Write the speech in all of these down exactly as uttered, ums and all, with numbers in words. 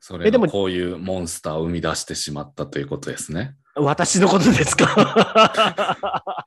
それがこういうモンスターを生み出してしまったということですね。 私のことですか？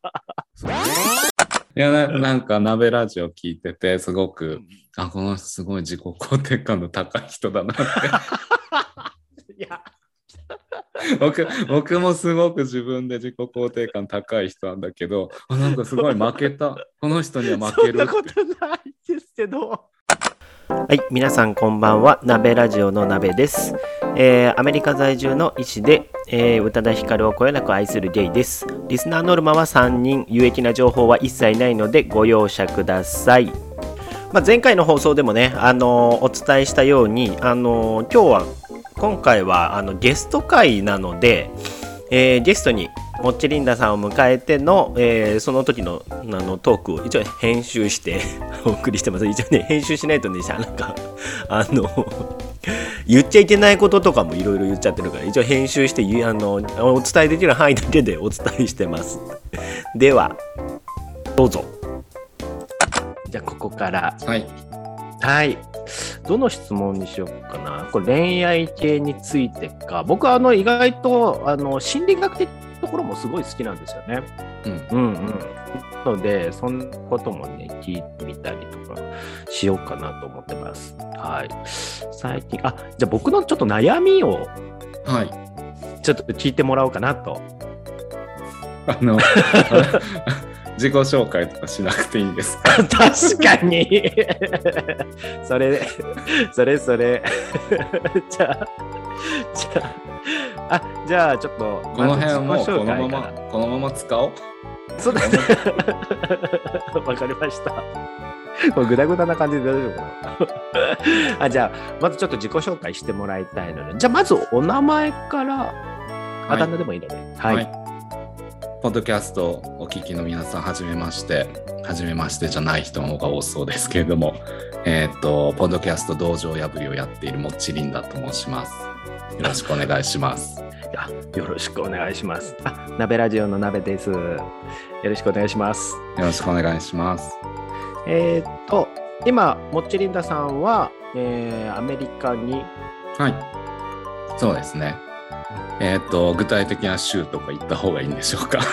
いや な, なんか鍋ラジオ聞いててすごく、あ、この人すごい自己肯定感の高い人だなっていや僕, 僕もすごく自分で自己肯定感高い人なんだけど、あ、なんかすごい負けた、この人には負けるって。 そんなことないですけど。はい、皆さんこんばんは。鍋ラジオの鍋です。えー、アメリカ在住の医師で、えー、宇多田ヒカルをこよなく愛するゲイです。リスナーノルマはさんにん、有益な情報は一切ないのでご容赦ください。まあ、前回の放送でもね、あのー、お伝えしたように、あのー、今日は今回はあのゲスト会なので、えー、ゲストにもっちりんださんを迎えての、えー、その時の、あのトークを一応編集してお送りしてます。一応ね、編集しないとね、なんかあの言っちゃいけないこととかもいろいろ言っちゃってるから、一応編集してあのお伝えできる範囲だけでお伝えしてます。ではどうぞ。じゃあここからはいはい、どの質問にしようかな。これ恋愛系についてか。僕はあの意外とあの心理学的なところもすごい好きなんですよね。うんうんうん。なのでそんなこともね聞いてみたりとかしようかなと思ってます。はい。最近あじゃあ僕のちょっと悩みをはいちょっと聞いてもらおうかなと。 あの自己紹介とかしなくていいんですか？ 確かにそれそれそれじゃあじゃああじゃあちょっとこの辺もこのままこのまま使おう。 そうだねわかりました。もうグダグダな感じで大丈夫かなあじゃあまずちょっと自己紹介してもらいたいので、じゃあまずお名前からあだ名でもいいので、はい、はい、 ポッドキャストをお聞きの皆さん、はじめまして、はじめましてじゃない人の方が多そうですけれども、えー、っと、ポッドキャスト道場破りをやっているもっちりんだと申します。よろしくお願いします。 いや、よろしくお願いします。あ、鍋ラジオの鍋です。よろしくお願いします。 よろしくお願いします。 えー、っと、今、もっちりんださんは、えー、アメリカに。 はい、そうですね。えー、と具体的な州とか言った方がいいんでしょうか？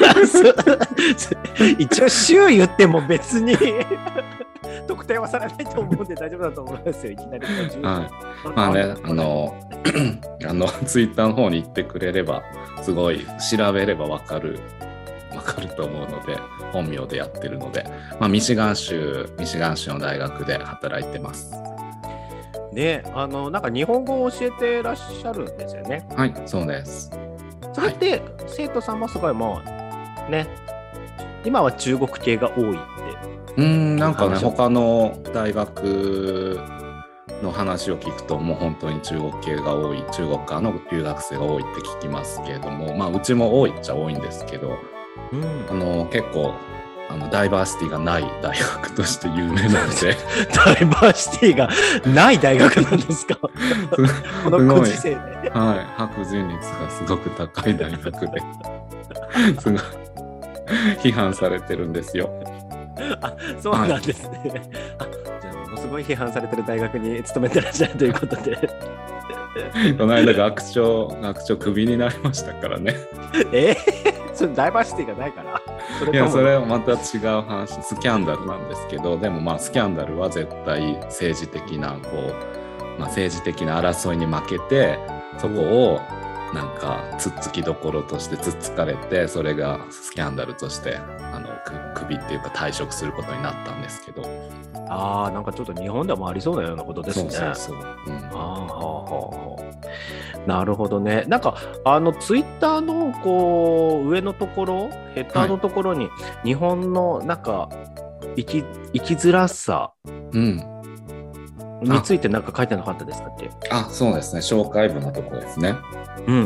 一応州言っても別に特定はされないと思うんで大丈夫だと思いますよ。いきなり、 はい、まあね、あのあのツイッターの方に言ってくれればすごい調べれば分かる分かると思うので、本名でやってるので、まあ、ミシガン州ミシガン州の大学で働いてます。 ね、あのなんか日本語を教えてらっしゃるんですよね。 はい、そうです。 それって、はい、生徒さんもすごいもうね、今は中国系が多いって。 うーん、なんかね、他の大学の話を聞くともう本当に中国系が多い、中国からの留学生が多いって聞きますけれども、まあうちも多いっちゃ多いんですけど、うん、あの結構あのダイバーシティがない大学として有名なのでダイバーシティがない大学なんですか？このご時世で、 はい、白人率がすごく高い大学ですごい批判されてるんですよ。 あ、そうなんですね、はい、あ、じゃあものすごい批判されてる大学に勤めてらっしゃるということでこの間学長学長クビになりましたからね。 えー、それダイバーシティがないから？ それいや、それはまた違う話、スキャンダルなんですけど、でもまあスキャンダルは絶対政治的なこう、まあ、政治的な争いに負けて、そこをなんかつっつきどころとしてつっつかれて、それがスキャンダルとしてあのクビっていうか退職することになったんですけど。 ああ、なんかちょっと日本でもありそうなようなことですね。 そうそうそう、うん、あーはーはーなるほどね。なんかあのツイッターのこう上のところ、ヘッダーのところに、はい、日本のなんか生き生きづらさについてなんか書いてなかったですかっけ？ あ、そうですね。紹介文のところですね。 うんうん。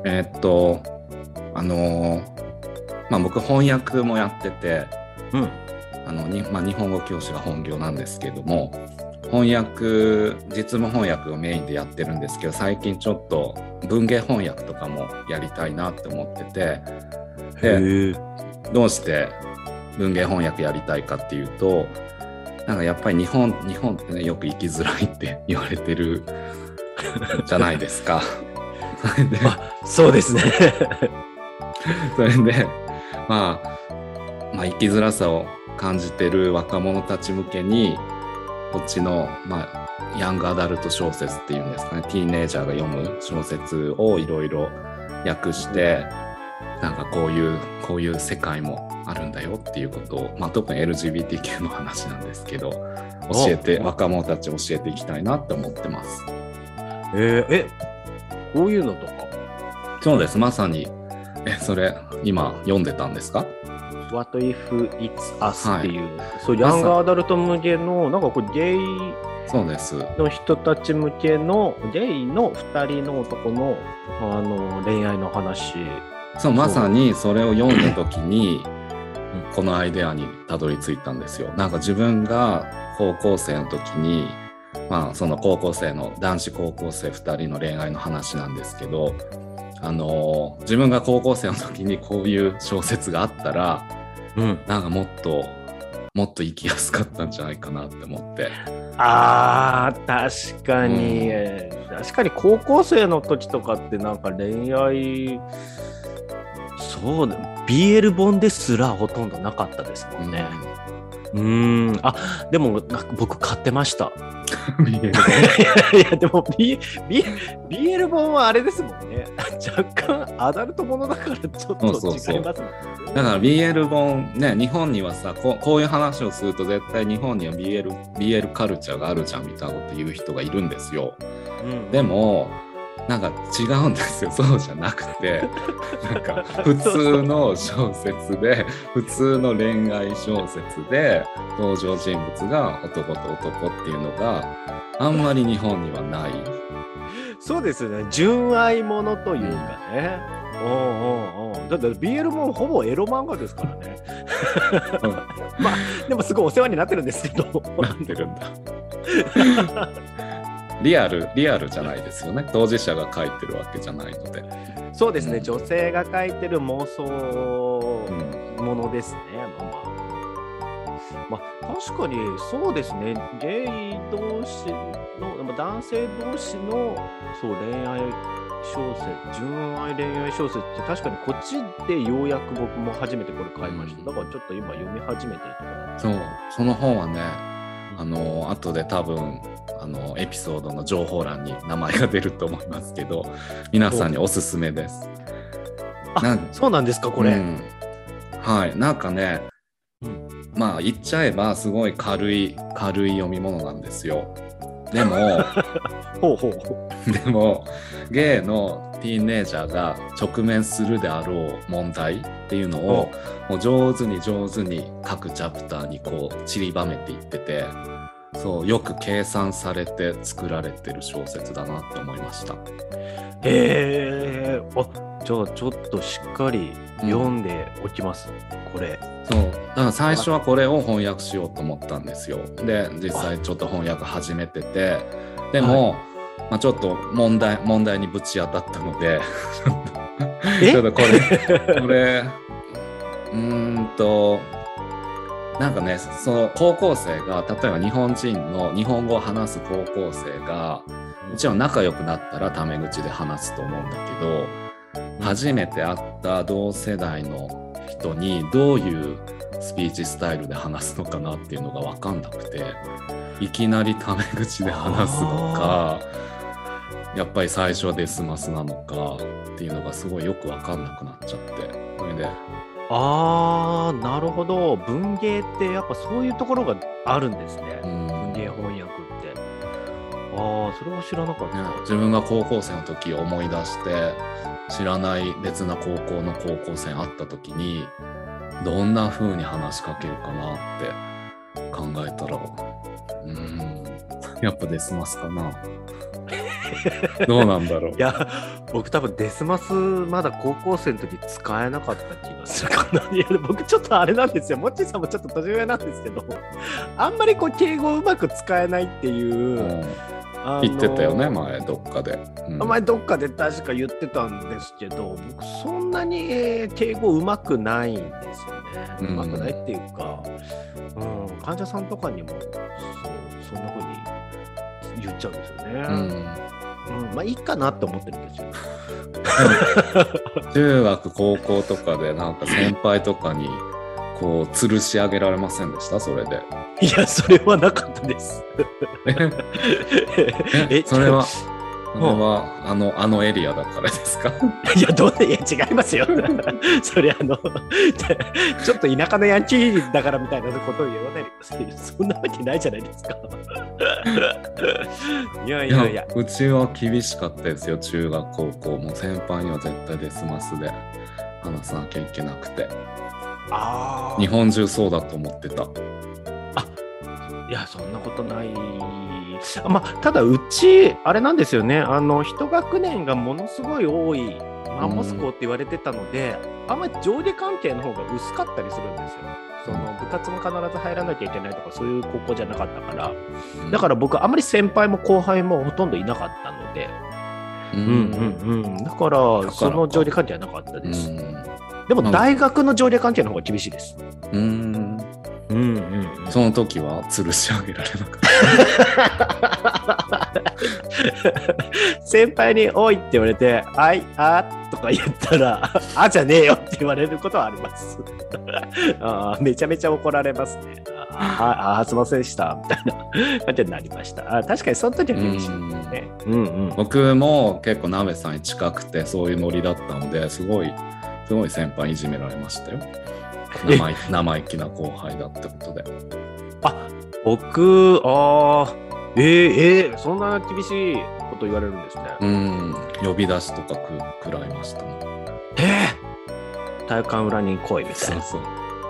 えー、っとあのー、まあ僕翻訳もやってて、うん、あのにまあ、日本語教師が本業なんですけども、翻訳実務翻訳をメインでやってるんですけど、最近ちょっと文芸翻訳とかもやりたいなって思ってて、でどうして文芸翻訳やりたいかっていうと、なんかやっぱり日本日本ってね、よく生きづらいって言われてるじゃないですか。 あ、そうですね。 それで、まあ、まあ生きづらさを感じてる若者たち向けにこっちの、まあ、ヤングアダルト小説っていうんですかね、ティーンエイジャーが読む小説をいろいろ訳して、なんかこういうこういう世界もあるんだよっていうことを、まあ、特に エルジービーティーキュー の話なんですけど、教えて若者たち教えていきたいなって思ってます。 えー、えこういうのとか。 そうです、まさに。えそれ今読んでたんですか？ What if it's us っていう、はい、そうヤングアダルト向けのなんかこうゲイそうですの人たち向けのゲイのふたりの男の、あの恋愛の話。 そうまさにそれを読んだ時にこのアイデアにたどり着いたんですよ。なんか自分が高校生の時に、まあその高校生の男子高校生ふたりの恋愛の話なんですけど、あのー、自分が高校生の時にこういう小説があったら、うん、なんかもっともっと生きやすかったんじゃないかなって思って。 あー確かに、うん、確かに高校生の時とかってなんか恋愛そうだ ビーエル 本ですらほとんどなかったですもんね。うん、うーんあでも僕買ってました。ビーエル 本いやでも B B ビーエル 本はあれですもんね。若干アダルトものだからちょっと違いますもんね。そうそうそうだから ビーエル 本ね、日本にはさ こ, こういう話をすると絶対日本には ビーエル, ビーエル カルチャーがあるじゃんみたいなこと言う人がいるんですよ。うん、でもなんか違うんですよ。そうじゃなくてなんか普通の小説で普通の恋愛小説で登場人物が男と男っていうのがあんまり日本にはない。 そうですね、純愛ものというかね、うん、おうおうおうだって ビーエル もほぼエロ漫画ですからね、うん、まあでもすごいお世話になってるんですけどなってるんだリアルリアルじゃないですよね。当事者が書いてるわけじゃないので。 そうですね、うん、女性が書いてる妄想ものですね、うん、まあ、確かにそうですね、ゲイ同士の男性同士のそう恋愛小説、純愛恋愛小説って確かにこっちでようやく僕も初めてこれ買いました、うん、だからちょっと今読み始めてるところなんです。 そうその本はね、あの後で多分あのエピソードの情報欄に名前が出ると思いますけど、皆さんにおすすめです。 あ、そうなんですかこれ、うん、 はい、なんかね、うん、まあ言っちゃえばすごい軽い軽い読み物なんですよ。でもほうほうほうでもゲイのティーンエイジャーが直面するであろう問題っていうのをもう上手に上手に各チャプターにこう散りばめていってて、そうよく計算されて作られてる小説だなって思いました。 へー、あ、じゃあちょっとしっかり読んでおきます、うん、これ。 そうだから最初はこれを翻訳しようと思ったんですよ。で実際ちょっと翻訳始めてて、でも、はい、まあ、ちょっと問題問題にぶち当たったのでちょっとこれこれうーんとなんかね、その高校生が例えば日本人の日本語を話す高校生がもちろん仲良くなったらタメ口で話すと思うんだけど、初めて会った同世代の人にどういうスピーチスタイルで話すのかなっていうのが分かんなくて、いきなりタメ口で話すのかやっぱり最初はデスマスなのかっていうのがすごいよく分かんなくなっちゃって、それであー、なるほど。文芸ってやっぱそういうところがあるんですね。文芸翻訳って。ああ、それは知らなかった、ね。 自分が高校生の時を思い出して知らない別な高校の高校生に会った時にどんな風に話しかけるかなって考えたら、うーん、やっぱデスマスかな。どうなんだろう。 いや、僕多分デスマスまだ高校生の時使えなかった気がするかな。いや、僕ちょっとあれなんですよ。モッチーさんもちょっと年上なんですけど、あんまりこう敬語をうまく使えないっていう、うん、 あのー、言ってたよね、前どっかで、 うん、前どっかで確か言ってたんですけど、僕そんなに敬語うまくないんですよね。うまくないっていうか、うん、患者さんとかにもそうそんな風に言っちゃうんですよね。 うん、 うん、まあいいかなって思ってるんですよ。 中学高校とかでなんか先輩とかにこう吊るし上げられませんでした？それで。 いや、それはなかったです。 えそれはそれはあのあのエリアだからですか？ いや、どういや違いますよ。それあのちょっと田舎のヤンキーだからみたいなことを言わないでください。そんなわけないじゃないですか。いやいやいや、 うちは厳しかったですよ。中学高校も先輩には絶対デスマスで話さなきゃいけなくて。あ日本中そうだと思ってた。 あ、いやそんなことない。まあ、ただうちあれなんですよね、あの一学年がものすごい多いマンモス校って言われてたので、うん、あんまり上下関係の方が薄かったりするんですよ。その部活も必ず入らなきゃいけないとかそういう高校じゃなかったから、うん、だから僕あんまり先輩も後輩もほとんどいなかったので、うんうんうん、だからその上下関係はなかったです。うん、でも大学の上下関係の方が厳しいです。うんうんうんうん、 その時は吊るし上げられなかった先輩に「おい」って言われて「あいあ」とか言ったら「あ」じゃねえよって言われることはありますあめちゃめちゃ怒られますね。ああすいませんでしたみたいな感じになりました。あ確かにその時は厳しいですね。うんうん、 僕も結構なべさんに近くてそういうノリだったのですごいすごい先輩いじめられましたよ。生意生意気な後輩だってことで。 あ、僕、ああ、えー、えー、そんな厳しいこと言われるんですね。 うん、呼び出しとかく食らいましたもん。 えー、体育館裏に来いみたいな。そうそう。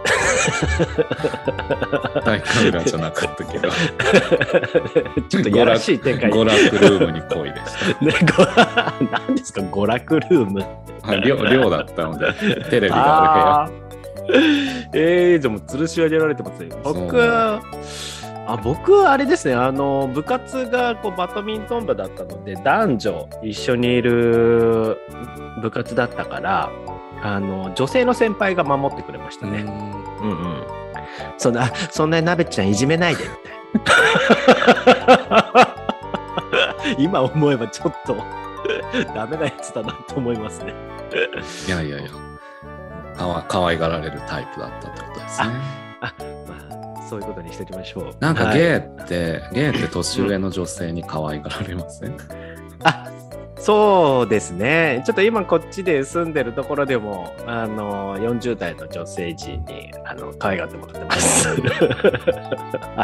体育館裏じゃなかったけど。 ちょっとやらしい展開。 娯楽ルームに来いでした。 ね、何ですか、娯楽ルーム。 寮、寮だったので、テレビがある部屋。 えー、でも吊るし上げられてますよ。僕はあ僕はあれですね、あの部活がこうバドミントン部だったので男女一緒にいる部活だったからあの女性の先輩が守ってくれましたね。うんうん、そんなそんななべちゃんいじめないでみたいな今思えばちょっとダメなやつだなと思いますね。 いやいやいやかわ可愛がられるタイプだったってことですね。 ああ、まあ、そういうことにしておきましょう。 なんかゲイって、はい、ゲイって年上の女性に可愛がられません？ あ、そうですね。ちょっと今こっちで住んでるところでもあのよんじゅう代の女性陣にあの可愛がってもらってます。はい、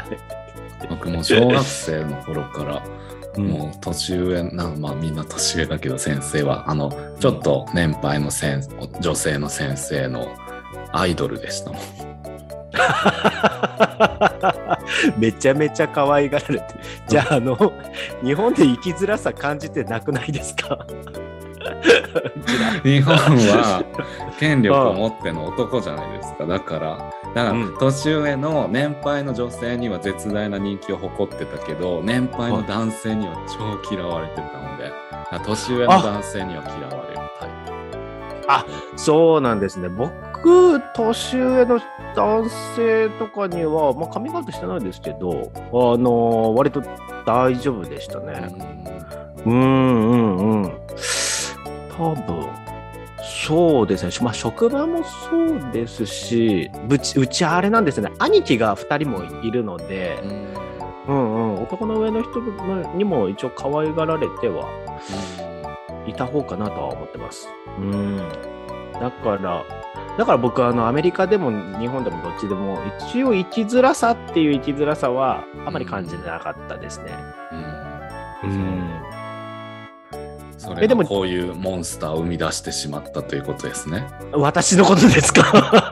僕も小学生の頃からもう年上な、まあみんな年上だけど先生はあのちょっと年配の先女性の先生のアイドルでしたもん。 めちゃめちゃ可愛がられて、じゃああの日本で生きづらさ感じてなくないですか？ 日本は権力を持っての男じゃないですか。だからだから年上の年配の女性には絶大な人気を誇ってたけど年配の男性には超嫌われてたので年上の男性には嫌われるタイプ。 あ、そうなんですね。僕年上の男性とかには、まあ、髪型してないですけどあの割と大丈夫でしたね。うんうんうんうん多分そうですね、まあ、職場もそうですしうち、うちあれなんですね、兄貴がふたりもいるので、うんうんうん、男の上の人にも一応可愛がられてはいた方かなとは思ってます。うん、だからだから僕はあのアメリカでも日本でもどっちでも一応生きづらさっていう生きづらさはあまり感じなかったですね。うん、うんそれでもこういうモンスターを生み出してしまったということですね。 私のことですか？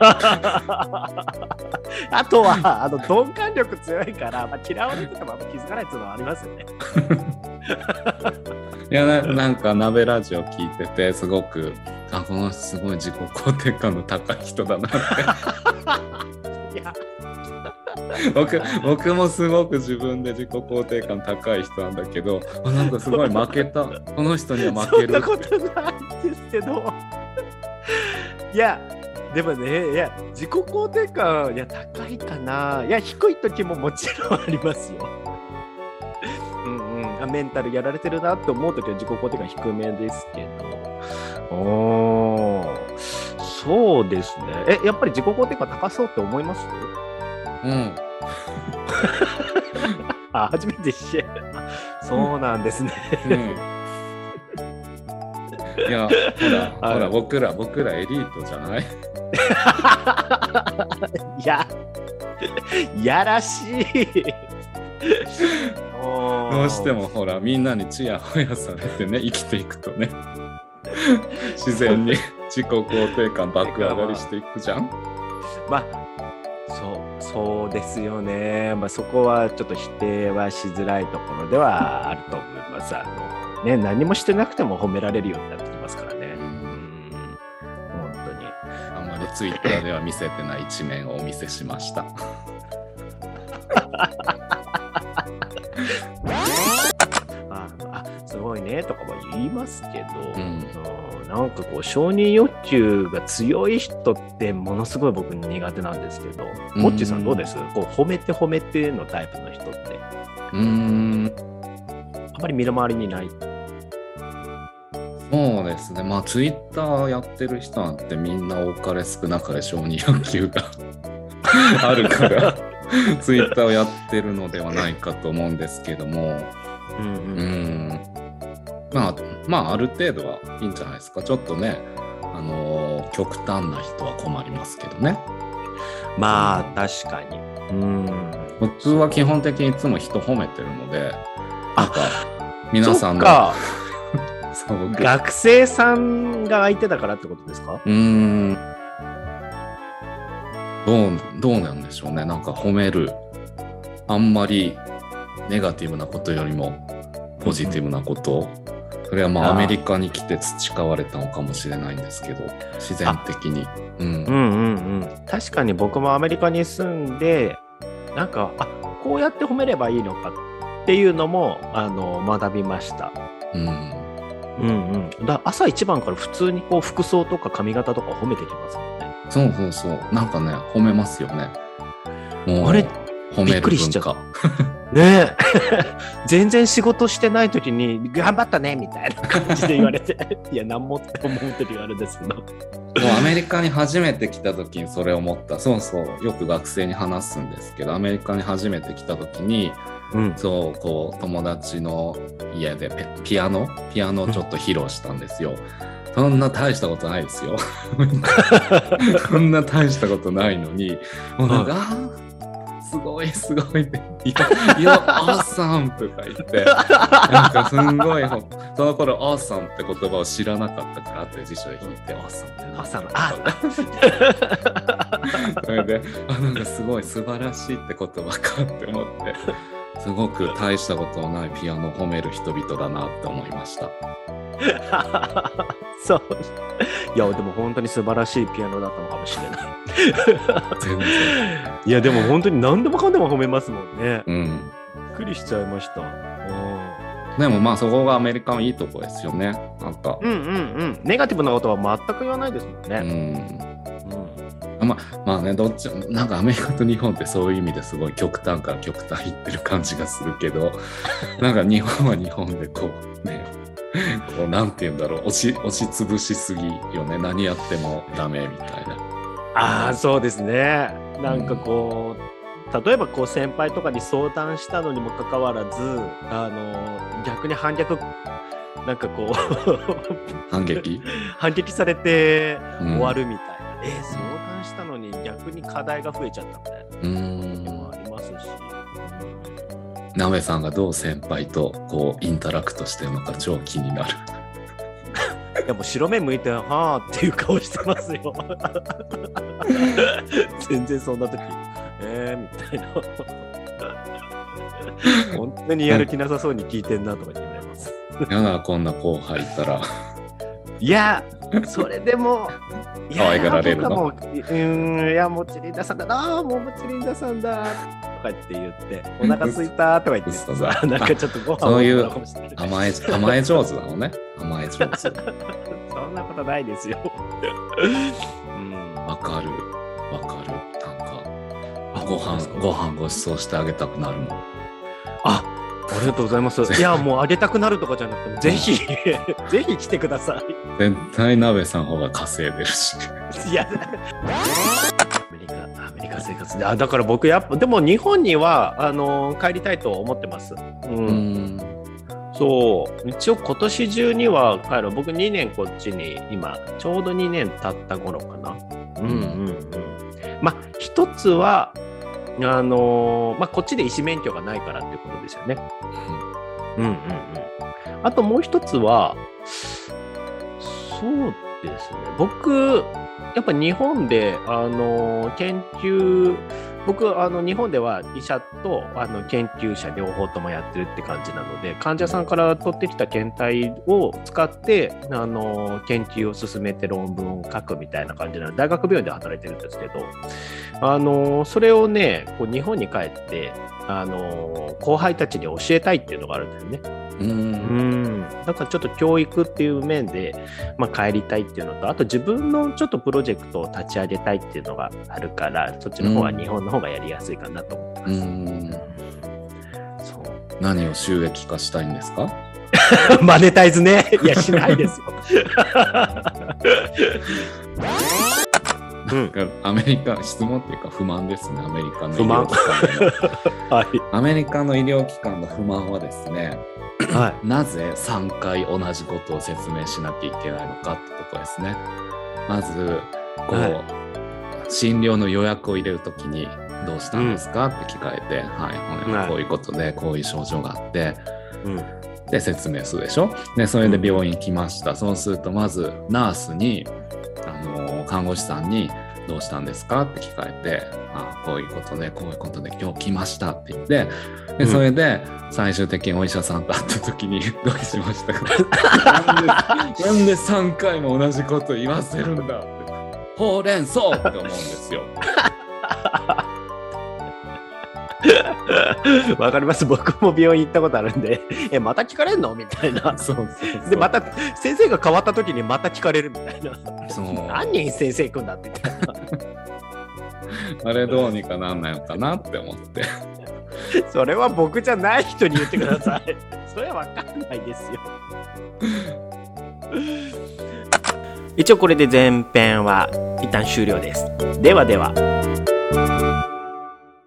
あとはあの鈍感力強いから、まあ、嫌われててもあんま気づかないっていうのはありますよね。 いや な, なんか鍋ラジオ聞いててすごくあこの人すごい自己肯定感の高い人だなって。いや僕, 僕もすごく自分で自己肯定感高い人なんだけどなんかすごい負けたこの人には負ける。 そんなことないですけどいやでもね、いや自己肯定感いや高いかな、いや低い時ももちろんありますよ。うんうん、 メンタルやられてるなって思うときは自己肯定感低めですけど、おー、そうですね。え、やっぱり自己肯定感高そうって思います？ うん。 あ、初めて知る。そうなんですね。うん、 いや、ほら、ほら、僕ら、僕らエリートじゃない？ いや、やらしい。 どうしてもほら、みんなにチヤホヤされてね、生きていくとね、自然に自己肯定感爆上がりしていくじゃん。 まあ、そう、そうですよね。まあ、そこはちょっと否定はしづらいところではあると思います。あのね、何もしてなくても褒められるようになってきますからね。うん、本当に。 あんまりツイッターでは見せてない一面をお見せしました。 ああ、すごいねとかも言いますけど、うん、なんかこう承認欲求が強い人ってものすごい僕苦手なんですけど、モッチーさんどうです？こう褒めて褒めてのタイプの人って。うーん、あまり身の回りにない。 そうですね。まあツイッターやってる人なんてみんな多かれ少なかれ承認欲求があるからツイッターをやってるのではないかと思うんですけども、うんうん、うんまあ、まあある程度はいいんじゃないですか。ちょっとね、あのー、極端な人は困りますけどね。 まあ確かに。うん、 僕は基本的にいつも人褒めてるので、なんか皆さんのそう学生さんが相手だからってことですか？ うーん、どうどうなんでしょうね。なんか褒める、あんまりネガティブなことよりもポジティブなこと、うん、それはまあアメリカに来て培われたのかもしれないんですけど、自然的に、うん、うんうんうん確かに僕もアメリカに住んで、なんかあこうやって褒めればいいのかっていうのもあの学びました。うんうんうん、だ朝一番から普通にこう服装とか髪型とか褒めてきますもんね。 そうそうそう、なんかね褒めますよね。 もうあれ褒める文化びっくりしちゃったねえ全然仕事してない時に頑張ったねみたいな感じで言われていや何もって思う時があるんですけど、 アメリカに初めて来た時にそれを思った。そうそうよく学生に話すんですけど、アメリカに初めて来た時に、うん、そうこう友達の家でピアノピアノをちょっと披露したんですよ、うん、そんな大したことないですよそんな大したことないのにもうなんか、うん、すごいすごいっていやいやアーサムとか言ってなんかすんごいその頃アーサムって言葉を知らなかったからって辞書で引いてアーサムってアーサムあそれであなんかすごい素晴らしいって言葉かって思ってすごく大したことのないピアノを褒める人々だなって思いましたそういやでも本当に素晴らしいピアノだったのかもしれない全然いやでも本当に何でもかんでも褒めますもんね、うん、びっくりしちゃいました。 でもまあそこがアメリカのいいとこですよね。なんかうんうんうんネガティブなことは全く言わないですもんね。 うん、ま, まあねどっちなんかアメリカと日本ってそういう意味ですごい極端から極端いってる感じがするけどなんか日本は日本でこうねこうなんて言うんだろう押し押しつぶしすぎよね。何やってもダメみたいな。 ああそうですね。なんかこう、うん、例えばこう先輩とかに相談したのにもかかわらずあの逆に反逆なんかこう反撃反撃されて終わるみたいな、うん、えー、相談したのに逆に課題が増えちゃったみたいなのもありますし、 なべさんがどう先輩とこうインタラクトしてるのか超気になるいやもう白目向いてはーっていう顔してますよ全然そんな時えーみたいな本当にやる気なさそうに聞いてんなとか言われますやだこんな後輩いたらいやそれでも可愛がられるの。 うんいやもちりんださんだなもうもちりんださんだとかって言ってお腹すいたとか言ってさなんかちょっとご飯をそういう甘え甘え上手なのね甘え上手そんなことないですよわかるわかるなんかご飯ご飯ご馳走してあげたくなるもん。 ありがとうございます。いや、もうあげたくなるとかじゃなくて、ぜひぜひ来てください。 絶対鍋さん方が稼いでるし。 いやアメリカアメリカ生活で、あ、だから僕やっぱでも日本にはあの帰りたいと思ってます。うん。うんそう一応今年中には帰る。僕にねんこっちに今ちょうどにねん経った頃かな。うんうんうん。まあ一つはあのー、まあこっちで医師免許がないからっていうことですよね。うんうんうん。あともう一つはそうですね。僕やっぱ日本であのー、研究僕あの日本では医者とあの研究者両方ともやってるって感じなので、患者さんから取ってきた検体を使ってあの研究を進めて論文を書くみたいな感じなので、大学病院で働いてるんですけど、あのそれをねこう日本に帰ってあの後輩たちに教えたいっていうのがあるんですよね。うんうんだからちょっと教育っていう面で、まあ、帰りたいっていうのと、あと自分のちょっとプロジェクトを立ち上げたいっていうのがあるから、そっちの方が日本の方がやりやすいかなと思ってます。うんそう何を収益化したいんですか？ マネタイズね。いやしないですよ。うん、 アメリカ質問っていうか不満ですね。アメリカの医療機関の、 はい、 アメリカの医療機関の不満はですね、はい、なぜさんかい同じことを説明しなきゃいけないのかってことですね。まずこう、はい、診療の予約を入れるときにどうしたんですか、うん、って聞かれて、はい、こういうことでこういう症状があって、うん、で説明するでしょ。でそれで病院行きました、うん、そうするとまずナースにあの看護師さんにどうしたんですかって聞かれて、あこういうことでこういうことで今日来ましたって言って、でそれで最終的にお医者さんと会った時にどうしましたかなんでなんでさんかいも同じこと言わせるんだって、ほうれん草って思うんですよ。 わかります。僕も病院行ったことあるんで、えまた聞かれるのみたいな。 そうそうそうでまた先生が変わった時にまた聞かれるみたいな。そう何人先生行くんだみたいな。 あれどうにかなんないのかなって思って。 それは僕じゃない人に言ってください。それはわかんないですよ。一応これで前編は一旦終了です。ではでは。